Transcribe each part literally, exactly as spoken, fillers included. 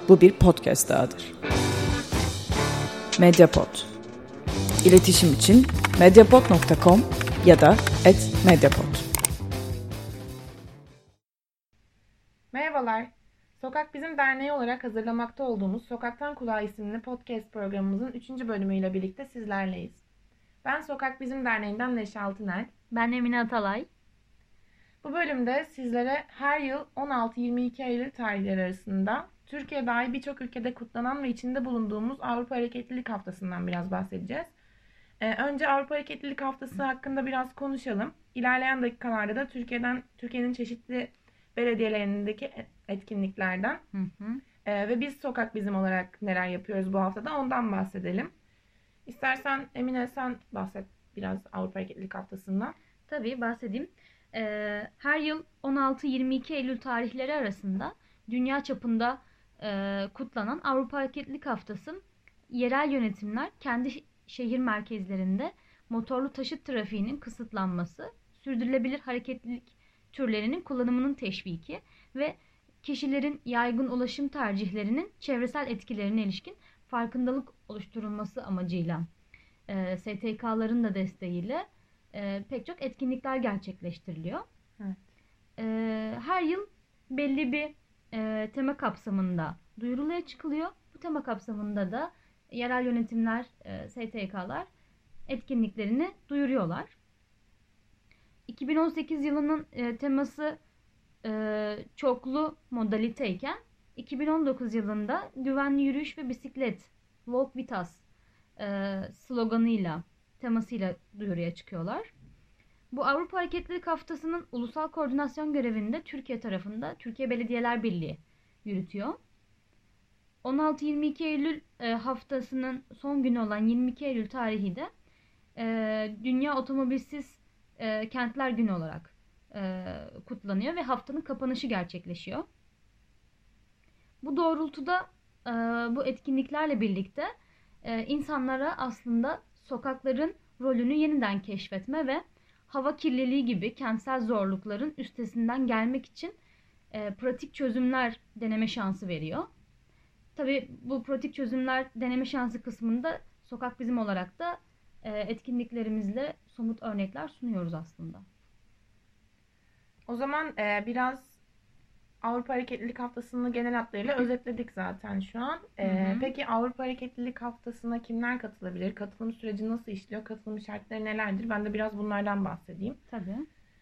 bu bir podcast dahadır. Mediapod. İletişim için mediapod nokta com ya da et mediapod. Merhabalar. Sokak Bizim Derneği olarak hazırlamakta olduğumuz Sokaktan Kulağa isimli podcast programımızın üçüncü bölümüyle birlikte sizlerleyiz. Ben Sokak Bizim Derneği'nden Neşe Altınel. Ben Emine Atalay. Bu bölümde sizlere her yıl on altı yirmi iki Eylül tarihleri arasında Türkiye dahil birçok ülkede kutlanan ve içinde bulunduğumuz Avrupa Hareketlilik Haftası'ndan biraz bahsedeceğiz. Ee, önce Avrupa Hareketlilik Haftası hakkında biraz konuşalım. İlerleyen dakikalarda da Türkiye'den Türkiye'nin çeşitli belediyelerindeki etkinliklerden hı hı. Ee, ve biz Sokak Bizim olarak neler yapıyoruz bu haftada ondan bahsedelim. İstersen Emine sen bahset biraz Avrupa Hareketlilik Haftası'ndan. Tabii bahsedeyim. Ee, her yıl on altı yirmi iki Eylül tarihleri arasında dünya çapında e, kutlanan Avrupa Hareketlilik Haftası, yerel yönetimler kendi şehir merkezlerinde motorlu taşıt trafiğinin kısıtlanması, sürdürülebilir hareketlilik türlerinin kullanımının teşviki ve kişilerin yaygın ulaşım tercihlerinin çevresel etkilerine ilişkin farkındalık oluşturulması amacıyla e, S T K'ların da desteğiyle e, pek çok etkinlikler gerçekleştiriliyor. Evet. E, her yıl belli bir e, tema kapsamında duyuruluya çıkılıyor. Bu tema kapsamında da yerel yönetimler, e, S T K'lar etkinliklerini duyuruyorlar. iki bin on sekiz yılının e, teması e, çoklu modaliteyken iki bin on dokuz yılında güvenli yürüyüş ve bisiklet Walk with Us e, sloganıyla, temasıyla duyuruya çıkıyorlar. Bu Avrupa Hareketlilik Haftası'nın ulusal koordinasyon görevini de Türkiye tarafında Türkiye Belediyeler Birliği yürütüyor. on altı yirmi iki Eylül e, haftasının son günü olan yirmi iki Eylül tarihi de e, Dünya Otomobilsiz e, Kentler Günü olarak e, kutlanıyor ve haftanın kapanışı gerçekleşiyor. Bu doğrultuda e, bu etkinliklerle birlikte e, insanlara aslında sokakların rolünü yeniden keşfetme ve hava kirliliği gibi kentsel zorlukların üstesinden gelmek için e, pratik çözümler deneme şansı veriyor. Tabii bu pratik çözümler deneme şansı kısmında Sokak Bizim olarak da e, etkinliklerimizle somut örnekler sunuyoruz aslında. O zaman e, biraz Avrupa Hareketlilik Haftası'nı genel hatlarıyla özetledik zaten şu an. E, Hı hı. Peki Avrupa Hareketlilik Haftası'na kimler katılabilir? Katılım süreci nasıl işliyor? Katılım şartları nelerdir? Ben de biraz bunlardan bahsedeyim. Tabii.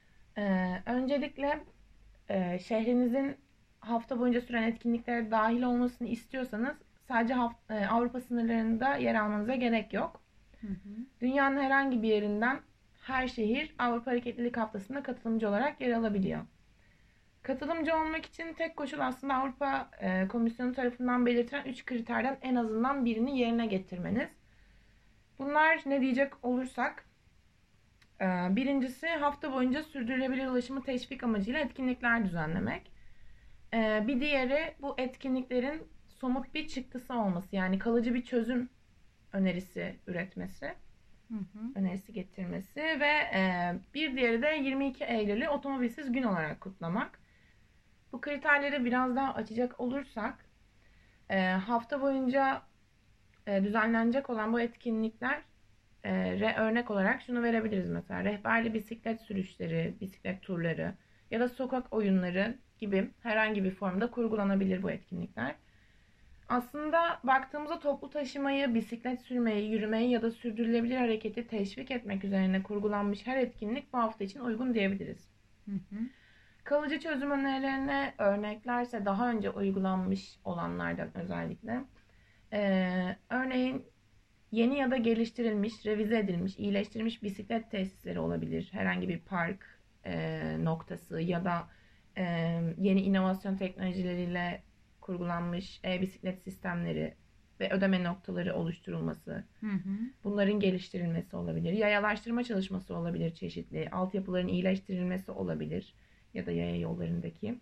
E, öncelikle e, şehrinizin hafta boyunca süren etkinliklere dahil olmasını istiyorsanız sadece haft- e, Avrupa sınırlarında yer almanıza gerek yok. Hı hı. Dünyanın herhangi bir yerinden her şehir Avrupa Hareketlilik Haftası'nda katılımcı olarak yer alabiliyor. Katılımcı olmak için tek koşul aslında Avrupa e, Komisyonu tarafından belirtilen üç kriterden en azından birini yerine getirmeniz. Bunlar ne diyecek olursak, e, birincisi hafta boyunca sürdürülebilir ulaşımı teşvik amacıyla etkinlikler düzenlemek. E, bir diğeri bu etkinliklerin somut bir çıktısı olması, yani kalıcı bir çözüm önerisi üretmesi, Hı hı. önerisi getirmesi ve e, bir diğeri de yirmi iki Eylül'ü otomobilsiz gün olarak kutlamak. Bu kriterleri biraz daha açacak olursak, e, hafta boyunca e, düzenlenecek olan bu etkinlikler e, örnek olarak şunu verebiliriz mesela. Rehberli bisiklet sürüşleri, bisiklet turları ya da sokak oyunları gibi herhangi bir formda kurgulanabilir bu etkinlikler. Aslında baktığımızda toplu taşımayı, bisiklet sürmeyi, yürümeyi ya da sürdürülebilir hareketi teşvik etmek üzerine kurgulanmış her etkinlik bu hafta için uygun diyebiliriz. Hı hı. Kalıcı çözüm önerilerine örneklerse daha önce uygulanmış olanlardan özellikle. Ee, örneğin yeni ya da geliştirilmiş, revize edilmiş, iyileştirilmiş bisiklet tesisleri olabilir. Herhangi bir park e, noktası ya da e, yeni inovasyon teknolojileriyle kurgulanmış e-bisiklet sistemleri ve ödeme noktaları oluşturulması. Hı hı. Bunların geliştirilmesi olabilir. Yayalaştırma çalışması olabilir çeşitli. Altyapıların iyileştirilmesi olabilir. Ya da yaya yollarındaki.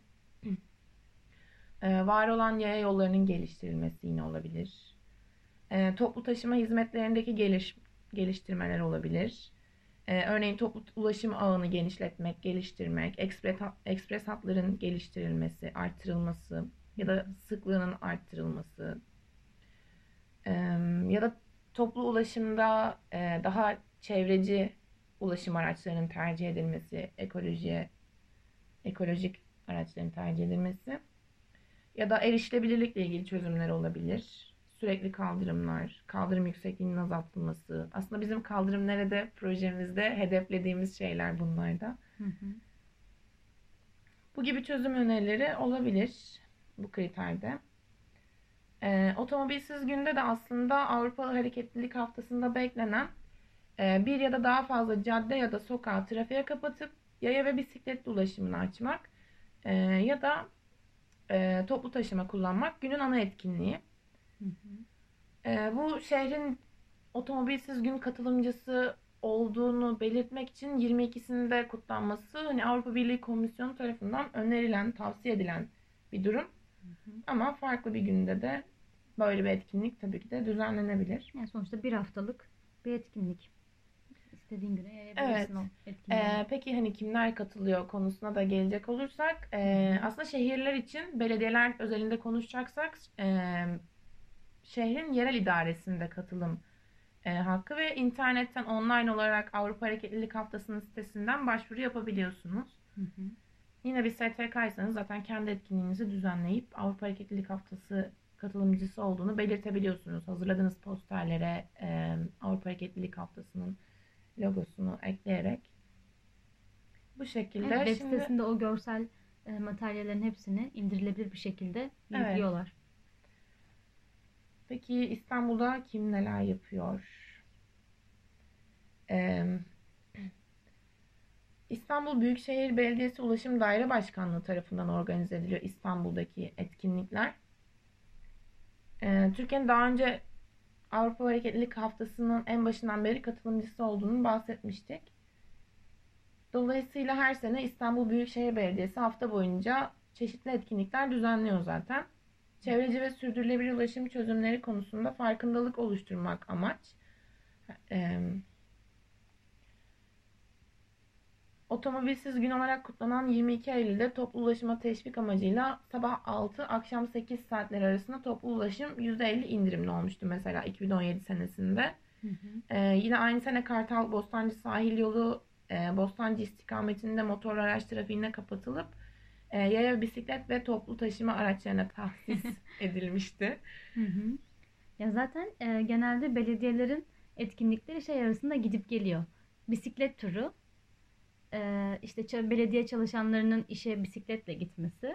Ee, var olan yaya yollarının geliştirilmesi yine olabilir. Ee, toplu taşıma hizmetlerindeki geliş, geliştirmeler olabilir. Ee, örneğin toplu ulaşım ağını genişletmek, geliştirmek, ekspres, ekspres hatların geliştirilmesi, artırılması ya da sıklığının arttırılması e, ya da toplu ulaşımda e, daha çevreci ulaşım araçlarının tercih edilmesi, ekolojiye, ekolojik araçların tercih edilmesi ya da erişilebilirlikle ilgili çözümler olabilir. Sürekli kaldırımlar, kaldırım yüksekliğinin azaltılması. Aslında bizim kaldırım nerede projemizde hedeflediğimiz şeyler bunlar da. Hı hı. Bu gibi çözüm önerileri olabilir bu kriterde. Ee, otomobilsiz günde de aslında Avrupa Hareketlilik Haftası'nda beklenen e, bir ya da daha fazla cadde ya da sokağı trafiğe kapatıp yaya ve bisikletle ulaşımını açmak e, ya da e, toplu taşıma kullanmak günün ana etkinliği. Hı hı. E, bu şehrin otomobilsiz gün katılımcısı olduğunu belirtmek için yirmi ikisinde kutlanması hani Avrupa Birliği Komisyonu tarafından önerilen, tavsiye edilen bir durum. Hı hı. Ama farklı bir günde de böyle bir etkinlik tabii ki de düzenlenebilir. Yani sonuçta bir haftalık bir etkinlik. İstediğin güne Evet. yayabilirsin o etkinliği. Ee, peki hani kimler katılıyor konusuna da gelecek olursak e, aslında şehirler için belediyeler özelinde konuşacaksak e, şehrin yerel idaresinde katılım e, hakkı ve internetten online olarak Avrupa Hareketlilik Haftası'nın sitesinden başvuru yapabiliyorsunuz. Hı hı. Yine bir S T K'ysanız zaten kendi etkinliğinizi düzenleyip Avrupa Hareketlilik Haftası katılımcısı olduğunu belirtebiliyorsunuz. Hazırladığınız posterlere e, Avrupa Hareketlilik Haftası'nın logosunu ekleyerek. Bu şekilde Evet, web şimdi sitesinde o görsel e, materyallerin hepsini indirilebilir bir şekilde Evet. yüklüyorlar. peki İstanbul'da kim neler yapıyor? Ee, İstanbul Büyükşehir Belediyesi Ulaşım Daire Başkanlığı tarafından organize ediliyor İstanbul'daki etkinlikler. Ee, Türkiye'nin daha önce Avrupa Hareketlilik Haftası'nın en başından beri katılımcısı olduğunu bahsetmiştik. Dolayısıyla her sene İstanbul Büyükşehir Belediyesi hafta boyunca çeşitli etkinlikler düzenliyor zaten. Çevreci ve sürdürülebilir ulaşım çözümleri konusunda farkındalık oluşturmak amaç. Ee, Otomobilsiz gün olarak kutlanan yirmi iki Eylül'de toplu ulaşıma teşvik amacıyla sabah altı akşam sekiz saatleri arasında toplu ulaşım yüzde elli indirimli olmuştu mesela iki bin on yedi senesinde. Hı hı. Ee, yine aynı sene Kartal Bostancı sahil yolu e, Bostancı istikametinde motor araç trafiğine kapatılıp e, yaya, bisiklet ve toplu taşıma araçlarına tahsis edilmişti. Hı hı. Ya zaten e, genelde belediyelerin etkinlikleri şey arasında gidip geliyor. Bisiklet turu, e, işte ça- belediye çalışanlarının işe bisikletle gitmesi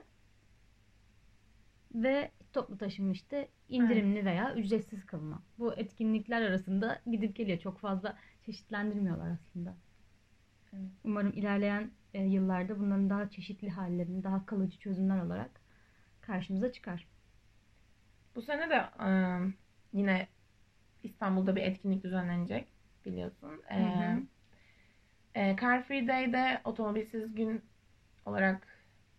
ve toplu taşıma işte indirimli veya ücretsiz kılma. Bu etkinlikler arasında gidip geliyor. Çok fazla çeşitlendirmiyorlar aslında. Evet. Umarım ilerleyen e, yıllarda bunların daha çeşitli hallerini, daha kalıcı çözümler olarak karşımıza çıkar. Bu sene de e, yine İstanbul'da bir etkinlik düzenlenecek biliyorsun. E, Hı hı. e, Car Free Day'de otomobilsiz gün olarak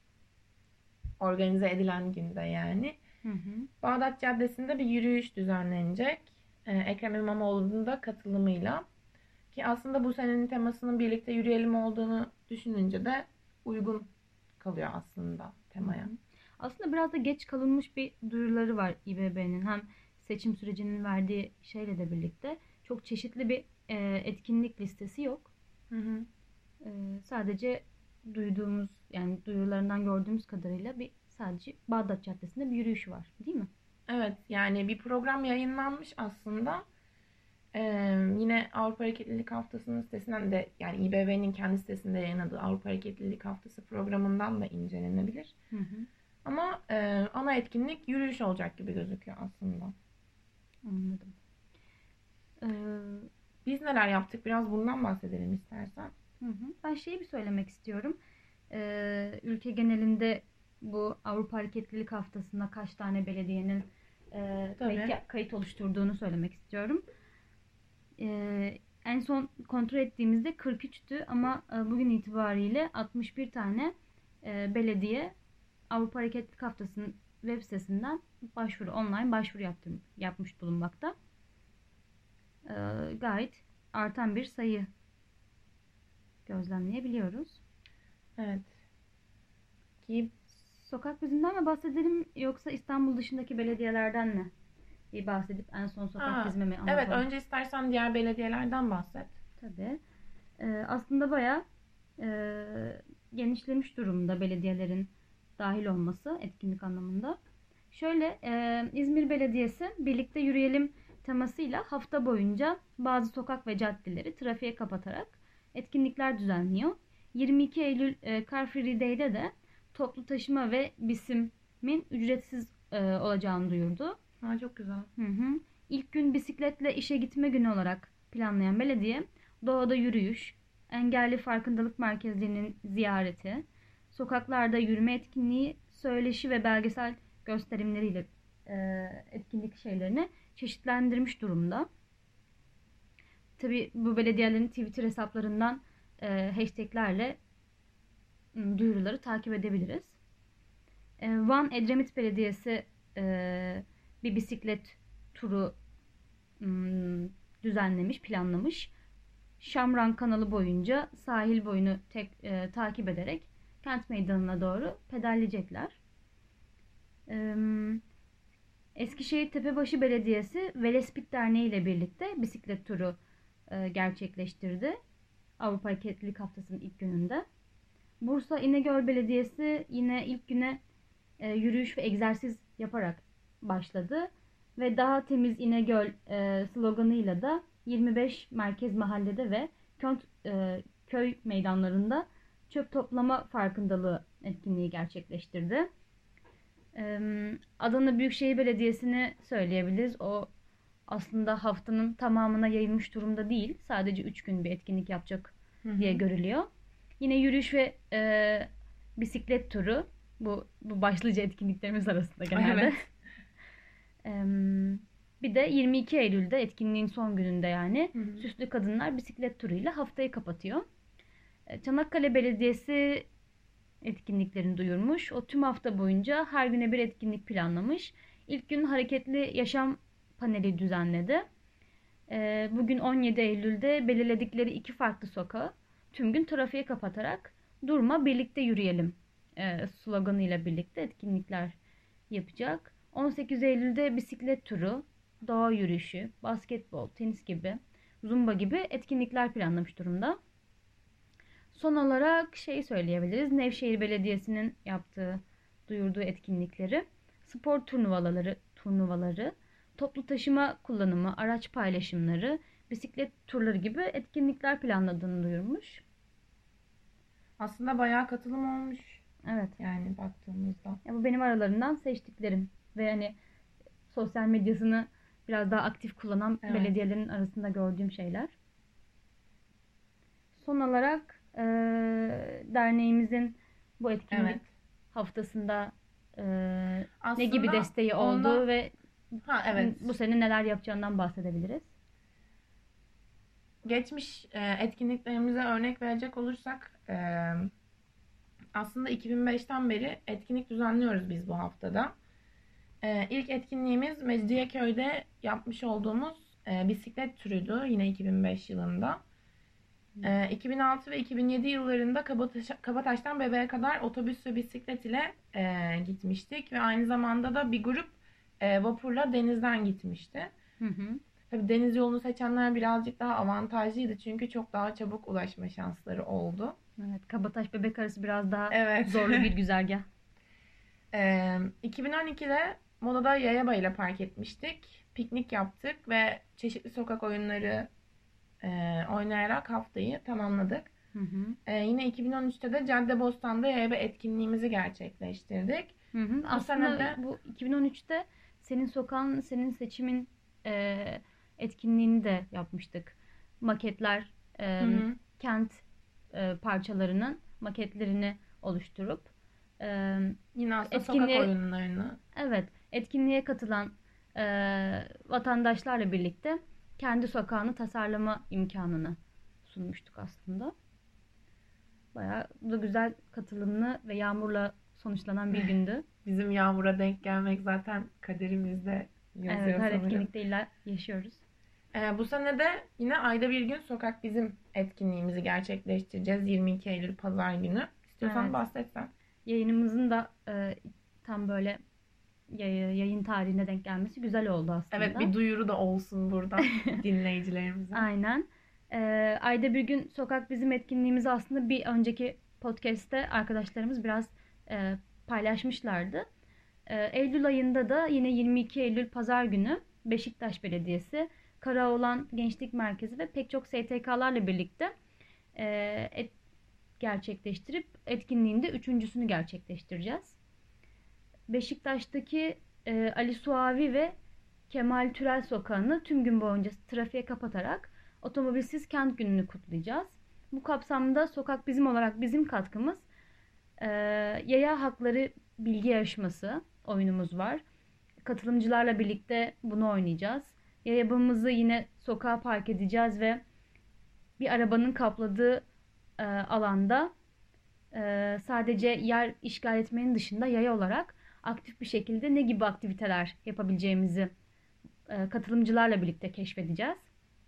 organize edilen günde yani Hı hı. Bağdat Caddesi'nde bir yürüyüş düzenlenecek. E, Ekrem İmamoğlu'nun da katılımıyla. Ki aslında bu senenin temasının birlikte yürüyelim olduğunu düşününce de uygun kalıyor aslında temaya. Hı hı. Aslında biraz da geç kalınmış bir duyuruları var İBB'nin. Hem seçim sürecinin verdiği şeyle de birlikte çok çeşitli bir e, etkinlik listesi yok. Hı hı. E, sadece duyduğumuz yani duyurularından gördüğümüz kadarıyla bir sadece Bağdat Caddesi'nde bir yürüyüş var, değil mi? Evet yani bir program yayınlanmış aslında. Ee, yine Avrupa Hareketlilik Haftası'nın sitesinden de yani İBB'nin kendi sitesinde yayınladığı Avrupa Hareketlilik Haftası programından da incelenebilir. Hı hı. Ama e, ana etkinlik yürüyüş olacak gibi gözüküyor aslında. Anladım. Ee, Biz neler yaptık? Biraz bundan bahsedelim istersen. Hı hı. Ben şeyi bir söylemek istiyorum. Ee, ülke genelinde bu Avrupa Hareketlilik Haftası'nda kaç tane belediyenin e, kayıt, Tabii. kayıt oluşturduğunu söylemek istiyorum. Ee, en son kontrol ettiğimizde kırk üçtü ama e, bugün itibariyle altmış bir tane e, belediye Avrupa Hareketlilik Haftası'nın web sitesinden başvuru, online başvuru yaptım, yapmış bulunmakta. Ee, gayet artan bir sayı gözlemleyebiliyoruz. Evet. Ki Sokak Bizim'den mi bahsedelim yoksa İstanbul dışındaki belediyelerden mi? Bir bahsedip en son Sokak Aa, Bizim'i mi evet, anlatalım? önce istersen diğer belediyelerden bahset. Tabii. Ee, aslında bayağı e, genişlemiş durumda belediyelerin dahil olması etkinlik anlamında. Şöyle e, İzmir Belediyesi birlikte yürüyelim temasıyla hafta boyunca bazı sokak ve caddeleri trafiğe kapatarak etkinlikler düzenliyor. yirmi iki Eylül e, Car Free Day'de de toplu taşıma ve bisimin ücretsiz e, olacağını duyurdu. Aa, çok güzel. Hı hı. İlk gün bisikletle işe gitme günü olarak planlayan belediye, doğada yürüyüş, engelli farkındalık merkezlerinin ziyareti, sokaklarda yürüme etkinliği, söyleşi ve belgesel gösterimleriyle e, etkinlik şeylerini çeşitlendirmiş durumda. Tabii bu belediyelerin Twitter hesaplarından e, hashtaglerle m, duyuruları takip edebiliriz. E, Van Edremit Belediyesi e, bir bisiklet turu m, düzenlemiş, planlamış. Şamran kanalı boyunca sahil boyunu tek, e, takip ederek kent meydanına doğru pedalleyecekler. E, Eskişehir Tepebaşı Belediyesi Velespit Derneği ile birlikte bisiklet turu e, gerçekleştirdi. Avrupa Hareketlilik Haftası'nın ilk gününde. Bursa İnegöl Belediyesi yine ilk güne e, yürüyüş ve egzersiz yaparak başladı. Ve Daha Temiz İnegöl e, sloganıyla da yirmi beş merkez mahallede ve köy, e, köy meydanlarında çöp toplama farkındalığı etkinliği gerçekleştirdi. E, Adana Büyükşehir Belediyesi'ni söyleyebiliriz. O aslında haftanın tamamına yayılmış durumda değil. Sadece üç gün bir etkinlik yapacak diye görülüyor. Yine yürüyüş ve e, bisiklet turu bu, bu başlıca etkinliklerimiz arasında genelde. Evet. e, bir de yirmi iki Eylül'de etkinliğin son gününde yani Hı hı. Süslü Kadınlar bisiklet turuyla haftayı kapatıyor. E, Çanakkale Belediyesi etkinliklerini duyurmuş. O tüm hafta boyunca her güne bir etkinlik planlamış. İlk gün hareketli yaşam paneli düzenledi. E, bugün on yedi Eylül'de belirledikleri iki farklı sokağı tüm gün trafiğe kapatarak "Durma, birlikte yürüyelim" e, sloganıyla birlikte etkinlikler yapacak. on sekiz Eylül'de bisiklet turu, doğa yürüyüşü, basketbol, tenis gibi, zumba gibi etkinlikler planlamış durumda. Son olarak şey söyleyebiliriz. Nevşehir Belediyesi'nin yaptığı, duyurduğu etkinlikleri, spor turnuvaları, turnuvaları, toplu taşıma kullanımı, araç paylaşımları, bisiklet turları gibi etkinlikler planladığını duyurmuş. Aslında bayağı katılım olmuş Evet. yani baktığımızda. Ya bu benim aralarından seçtiklerim ve hani sosyal medyasını biraz daha aktif kullanan Evet. belediyelerin arasında gördüğüm şeyler. Son olarak e, derneğimizin bu etkinlik Evet. haftasında e, ne Aslında gibi desteği ondan- olduğu ve Ha, evet. bu sene neler yapacağından bahsedebiliriz. Geçmiş e, etkinliklerimize örnek verecek olursak e, aslında iki bin beşten beri etkinlik düzenliyoruz biz bu haftada. E, ilk etkinliğimiz Mecidiyeköy'de yapmış olduğumuz e, bisiklet turuydu yine iki bin beş yılında. E, iki bin altı ve iki bin yedi yıllarında Kabataş, Kabataş'tan Bebe'ye kadar otobüs ve bisiklet ile e, gitmiştik ve aynı zamanda da bir grup e, vapurla denizden gitmişti. Hı hı. Tabii deniz yolunu seçenler birazcık daha avantajlıydı çünkü çok daha çabuk ulaşma şansları oldu. Evet, Kabataş Bebek arası biraz daha Evet. zorlu bir güzergah. Ee, iki bin on ikide Moda'da Yayaba ile park etmiştik. Piknik yaptık ve çeşitli sokak oyunları e, oynayarak haftayı tamamladık. Hı hı. Ee, yine iki bin on üçte de Caddebostan'da Yayaba etkinliğimizi gerçekleştirdik. Hı hı. Bu Aslında sene de- bu iki bin on üçte senin sokağın, senin seçimin e, etkinliğini de yapmıştık. Maketler, e, Hı hı. kent e, parçalarının maketlerini oluşturup e, Yine aslında Etkinliğe- sokak oyunlarını. evet, etkinliğe katılan e, vatandaşlarla birlikte kendi sokağını tasarlama imkanını sunmuştuk aslında. Bayağı da güzel, katılımlı ve yağmurla sonuçlanan bir gündü. Bizim yağmura denk gelmek zaten kaderimizde yazıyor Evet, her sanırım. etkinlikte illa yaşıyoruz. Ee, bu sene de yine ayda bir gün Sokak Bizim etkinliğimizi gerçekleştireceğiz. yirmi iki Eylül Pazar günü. İstiyorsan Evet. bahsetsen. Yayınımızın da e, tam böyle yay- yayın tarihine denk gelmesi güzel oldu aslında. Evet, bir duyuru da olsun burada dinleyicilerimize. Aynen. E, ayda bir gün Sokak Bizim etkinliğimizi aslında bir önceki podcast'te arkadaşlarımız biraz e, paylaşmışlardı. E, Eylül ayında da yine yirmi iki Eylül Pazar günü Beşiktaş Belediyesi, Karaoğlan Gençlik Merkezi ve pek çok S T K'larla birlikte e, et, gerçekleştirip etkinliğinde üçüncüsünü gerçekleştireceğiz. Beşiktaş'taki e, Ali Suavi ve Kemal Türel Sokağı'nı tüm gün boyunca trafiğe kapatarak Otomobilsiz Kent Günü'nü kutlayacağız. Bu kapsamda Sokak Bizim olarak bizim katkımız e, yaya hakları bilgi yarışması oyunumuz var. Katılımcılarla birlikte bunu oynayacağız. Yayabımızı yine sokağa park edeceğiz ve bir arabanın kapladığı e, alanda e, sadece yer işgal etmenin dışında yaya olarak aktif bir şekilde ne gibi aktiviteler yapabileceğimizi e, katılımcılarla birlikte keşfedeceğiz.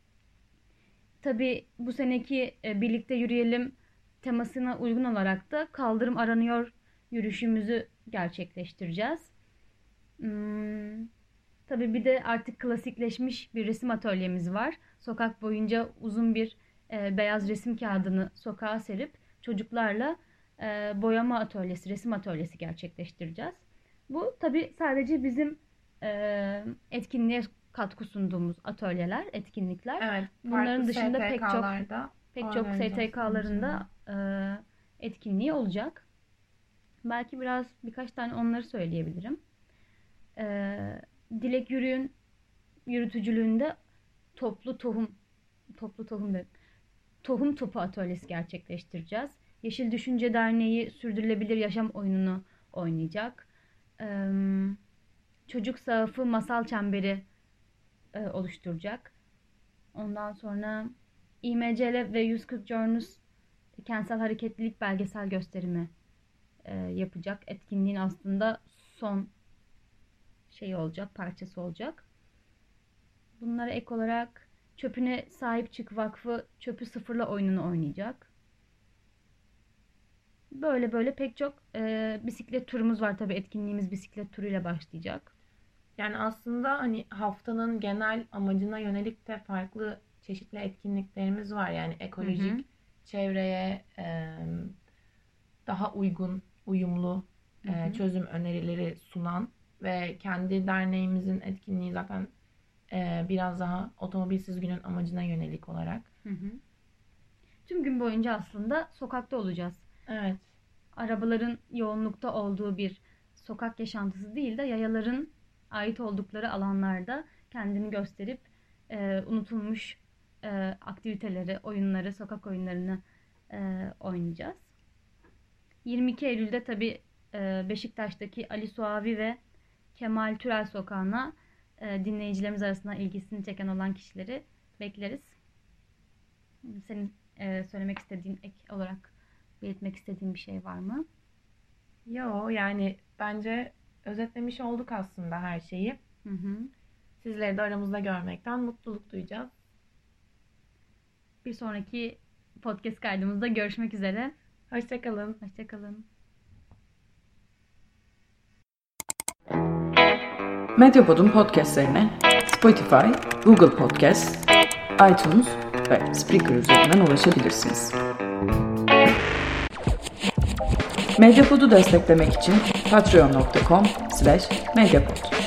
Tabii bu seneki e, Birlikte Yürüyelim temasına uygun olarak da Kaldırım Aranıyor yürüyüşümüzü gerçekleştireceğiz. Hmm, tabii bir de artık klasikleşmiş bir resim atölyemiz var. Sokak boyunca uzun bir e, beyaz resim kağıdını sokağa serip çocuklarla e, boyama atölyesi, resim atölyesi gerçekleştireceğiz. Bu tabii sadece bizim e, etkinliğe katkı sunduğumuz atölyeler, etkinlikler. Evet, Bunların dışında pek çok pek çok S T K'ların da e, etkinliği olacak. Belki biraz birkaç tane onları söyleyebilirim. E, Dilek Yürüyün yürütücülüğünde toplu tohum toplu tohum dedim. Tohum topu atölyesi gerçekleştireceğiz. Yeşil Düşünce Derneği sürdürülebilir yaşam oyununu oynayacak. E, Çocuk Sahafı masal çemberi e, oluşturacak. Ondan sonra İ M C L ve yüz kırk Journeys kentsel hareketlilik belgesel gösterimi e, yapacak. Etkinliğin aslında son şey olacak, parçası olacak. Bunlara ek olarak Çöpüne Sahip Çık Vakfı Çöpü Sıfırla oyununu oynayacak. Böyle böyle pek çok e, bisiklet turumuz var. Tabii etkinliğimiz bisiklet turuyla başlayacak. Yani aslında hani haftanın genel amacına yönelik de farklı çeşitli etkinliklerimiz var. Yani ekolojik, hı hı. çevreye e, daha uygun, uyumlu e, hı hı. çözüm önerileri sunan ve kendi derneğimizin etkinliği zaten e, biraz daha Otomobilsiz Günün amacına yönelik olarak. Hı hı. Tüm gün boyunca aslında sokakta olacağız. Evet. Arabaların yoğunlukta olduğu bir sokak yaşantısı değil de yayaların ait oldukları alanlarda kendini gösterip e, unutulmuş e, aktiviteleri, oyunları, sokak oyunlarını e, oynayacağız. yirmi iki Eylül'de tabii e, Beşiktaş'taki Ali Suavi ve Kemal Türel Sokağı'na e, dinleyicilerimiz arasında ilgisini çeken olan kişileri bekleriz. Senin e, söylemek istediğin, ek olarak belirtmek istediğin bir şey var mı? Yo, yani bence özetlemiş olduk aslında her şeyi. Hı hı. Sizleri de aramızda görmekten mutluluk duyacağız. Bir sonraki podcast kaydımızda görüşmek üzere. Hoşçakalın. Hoşçakalın. Medyapod'un podcastlerine Spotify, Google Podcast, iTunes ve Spreaker üzerinden ulaşabilirsiniz. Medyapod'u desteklemek için patreon nokta com slash medyapod.